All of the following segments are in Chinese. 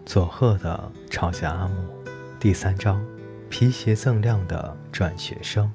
佐贺的朝鲜阿木，第3章，皮鞋锃亮的转学生。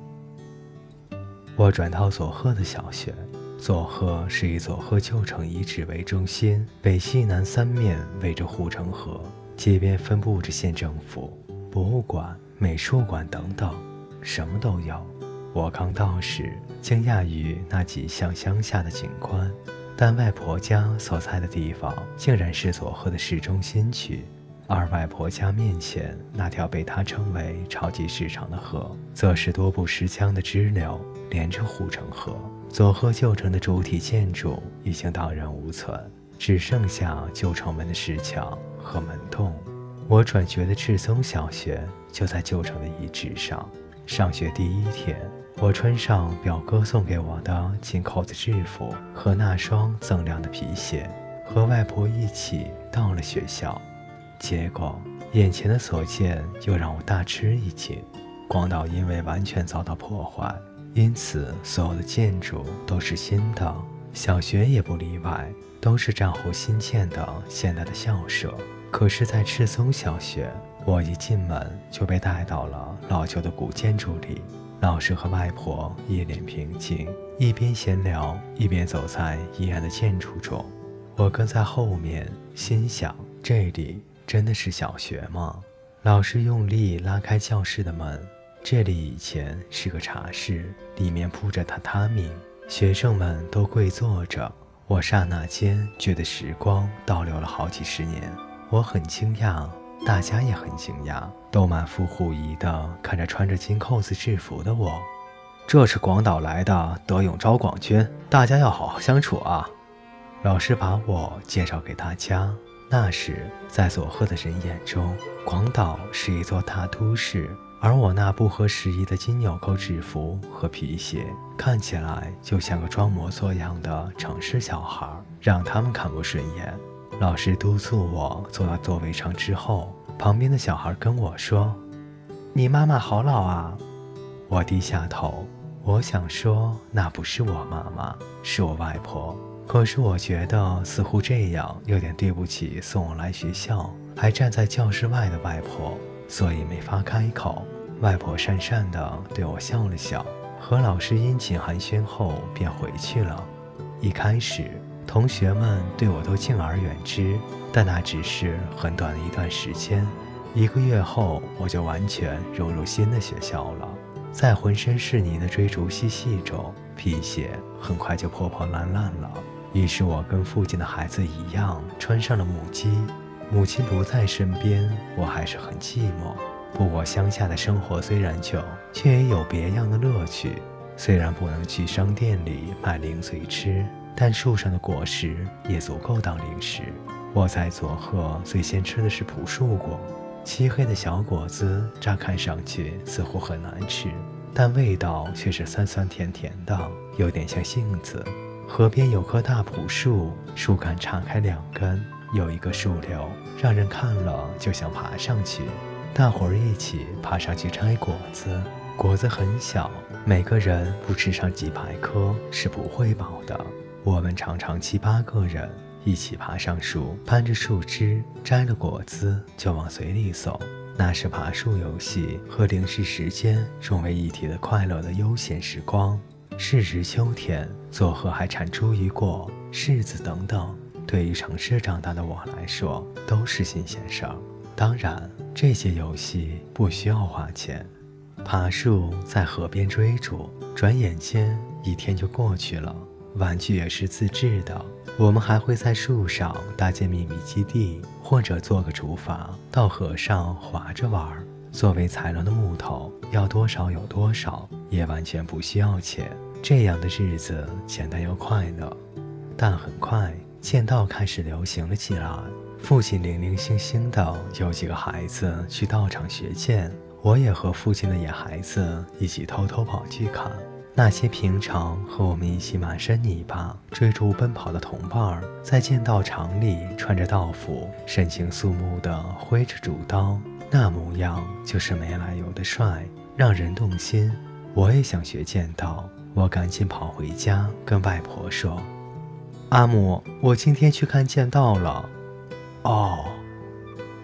我转到佐贺的小学。佐贺是以佐贺旧城遗址为中心，北西南3面围着护城河，街边分布着县政府、博物馆、美术馆等等，什么都有。我刚到时惊讶于那几项乡下的景观，但外婆家所在的地方竟然是佐贺的市中心区，而外婆家面前那条被她称为超级市场的河，则是多部石墙的支流，连着护城河。佐贺旧城的主体建筑已经荡然无存，只剩下旧城门的石墙和门洞。我转学的赤松小学就在旧城的遗址上。上学第1天，我穿上表哥送给我的金扣子制服和那双锃亮的皮鞋，和外婆一起到了学校。结果眼前的所见又让我大吃一惊。广岛因为完全遭到破坏，因此所有的建筑都是新的，小学也不例外，都是战后新建的现代的校舍。可是在赤松小学，我一进门就被带到了老旧的古建筑里。老师和外婆一脸平静，一边闲聊一边走在阴暗的建筑中。我跟在后面，心想，这里真的是小学吗？老师用力拉开教室的门，这里以前是个茶室，里面铺着榻榻米，学生们都跪坐着。我刹那间觉得时光倒流了好几十年。我很惊讶，大家也很惊讶，都满腹狐疑地看着穿着金扣子制服的我。这是广岛来的德永昭广君，大家要好好相处啊。老师把我介绍给大家。那时在佐贺的人眼中，广岛是一座大都市，而我那不合时宜的金纽扣制服和皮鞋看起来就像个装模作样的城市小孩，让他们看不顺眼。老师督促我坐到座位上之后，旁边的小孩跟我说，你妈妈好老啊。我低下头，我想说那不是我妈妈，是我外婆。可是我觉得似乎这样有点对不起送我来学校还站在教室外的外婆，所以没法开口。外婆讪讪地对我笑了笑，和老师殷勤寒暄后便回去了。一开始同学们对我都敬而远之，但那只是很短的一段时间。1个月后，我就完全融入新的学校了。在浑身是泥的追逐嬉戏中，皮鞋很快就破破烂烂了。于是我跟附近的孩子一样穿上了木屐。母亲不在身边，我还是很寂寞。不过乡下的生活虽然穷，却也有别样的乐趣。虽然不能去商店里买零碎吃，但树上的果实也足够当零食。我在佐贺最先吃的是朴树果，漆黑的小果子乍看上去似乎很难吃，但味道却是酸酸甜甜的，有点像杏子。河边有棵大朴树，树干岔开2根，有一个树瘤，让人看了就想爬上去。大伙儿一起爬上去摘果子，果子很小，每个人不吃上几百颗是不会饱的。我们常常7、8个人一起爬上树，攀着树枝，摘了果子就往嘴里送。那是爬树游戏和零食时间融为一体的快乐的悠闲时光。是值秋天，佐贺还产茱萸果、柿子等等，对于城市长大的我来说都是新鲜事儿。当然，这些游戏不需要花钱。爬树，在河边追逐，转眼间1天就过去了。玩具也是自制的，我们还会在树上搭建秘密基地，或者做个竹筏到河上划着玩。作为材料的木头要多少有多少，也完全不需要钱。这样的日子简单又快乐。但很快剑道开始流行了起来，附近零零星星的有几个孩子去道场学剑，我也和附近的野孩子一起偷偷跑去看。那些平常和我们一起满身泥巴追逐奔跑的同伴，在剑道场里穿着道服，神情肃穆地挥着竹刀，那模样就是没来由的帅，让人动心。我也想学剑道，我赶紧跑回家跟外婆说，阿母，我今天去看剑道了。哦，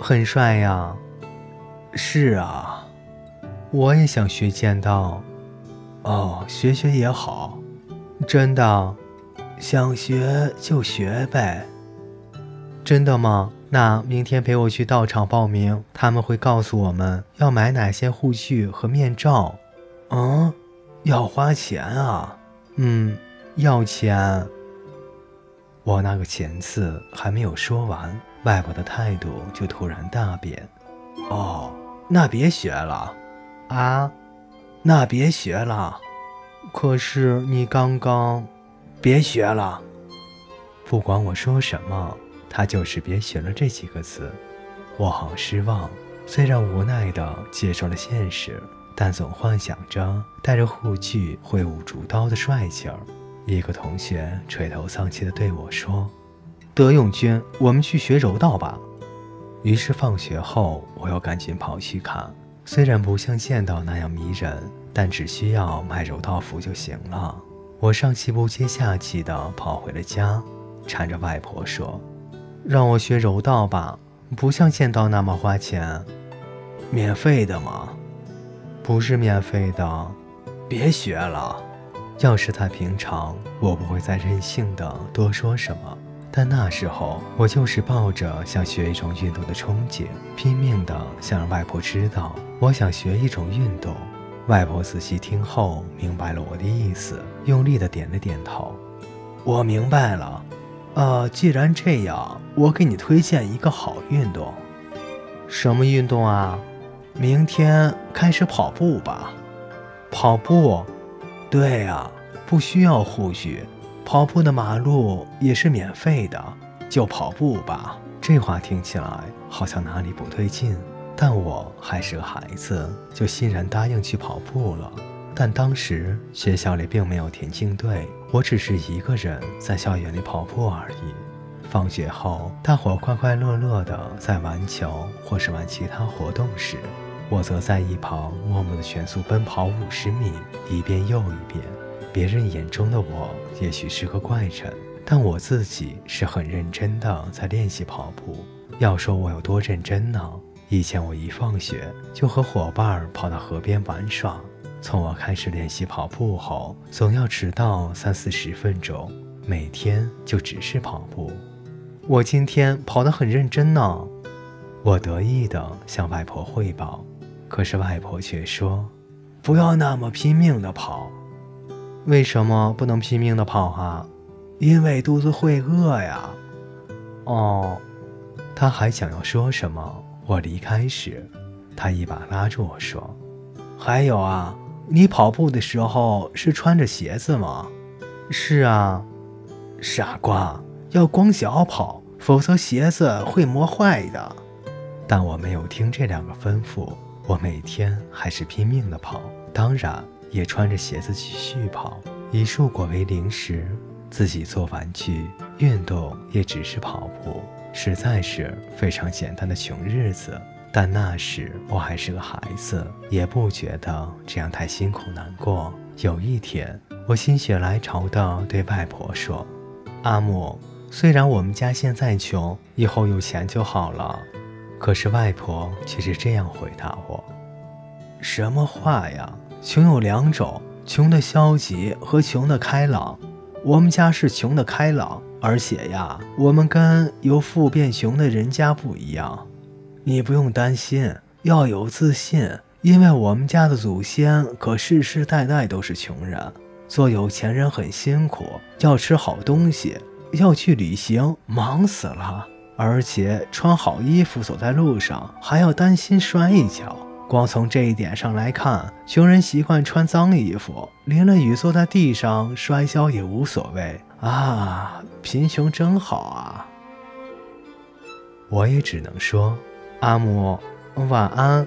很帅呀。是啊，我也想学剑道。哦，学学也好。真的？想学就学呗。真的吗？那明天陪我去道场报名，他们会告诉我们要买哪些护具和面罩。要花钱啊？要钱。我那个钱字还没有说完，外婆的态度就突然大变。哦，那别学了。啊？那别学了。可是你刚刚……别学了。不管我说什么，他就是别学了这几个字。我好失望，虽然无奈地接受了现实，但总幻想着带着护具挥舞竹刀的帅气儿。一个同学垂头丧气地对我说：德永君，我们去学柔道吧。于是放学后我又赶紧跑去看，虽然不像剑道那样迷人，但只需要买柔道服就行了。我上气不接下气地跑回了家，缠着外婆说：让我学柔道吧，不像剑道那么花钱。免费的吗？不是免费的。别学了。要是在平常，我不会再任性地多说什么，但那时候我就是抱着想学一种运动的憧憬，拼命地想让外婆知道我想学一种运动。外婆仔细听后明白了我的意思，用力地点了点头。我明白了。既然这样，我给你推荐一个好运动。什么运动啊？明天开始跑步吧。跑步？对啊，不需要护具，跑步的马路也是免费的，就跑步吧。这话听起来好像哪里不对劲，但我还是个孩子，就欣然答应去跑步了。但当时学校里并没有田径队，我只是一个人在校园里跑步而已。放学后，大伙快快乐乐地在玩球或是玩其他活动时，我则在一旁默默地全速奔跑50米，一遍又一遍。别人眼中的我也许是个怪人，但我自己是很认真的在练习跑步。要说我有多认真呢？以前我一放学就和伙伴跑到河边玩耍，从我开始练习跑步后，总要迟到30-40分钟，每天就只是跑步。我今天跑得很认真呢。我得意地向外婆汇报，可是外婆却说：不要那么拼命地跑。为什么不能拼命地跑啊？因为肚子会饿呀。哦。她还想要说什么，我离开时，她一把拉住我说：还有啊，你跑步的时候是穿着鞋子吗？是啊。傻瓜，要光脚跑，否则鞋子会磨坏的。但我没有听这2个吩咐，我每天还是拼命地跑，当然也穿着鞋子继续跑，以蔬果为零食，自己做玩具，运动也只是跑步，实在是非常简单的穷日子。但那时我还是个孩子，也不觉得这样太辛苦难过。有一天，我心血来潮地对外婆说：阿母，虽然我们家现在穷，以后有钱就好了。可是外婆却是这样回答我：什么话呀？穷有2种，穷的消极和穷的开朗。我们家是穷的开朗，而且呀，我们跟由富变穷的人家不一样。你不用担心，要有自信，因为我们家的祖先可世世代代都是穷人。做有钱人很辛苦，要吃好东西，要去旅行，忙死了。而且穿好衣服走在路上还要担心摔一跤。光从这一点上来看，穷人习惯穿脏衣服，淋了雨坐在地上摔跤也无所谓啊，贫穷真好啊。我也只能说，阿母，晚安。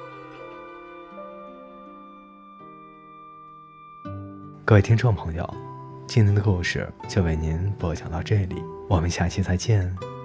各位听众朋友，今天的故事就为您播讲到这里，我们下期再见。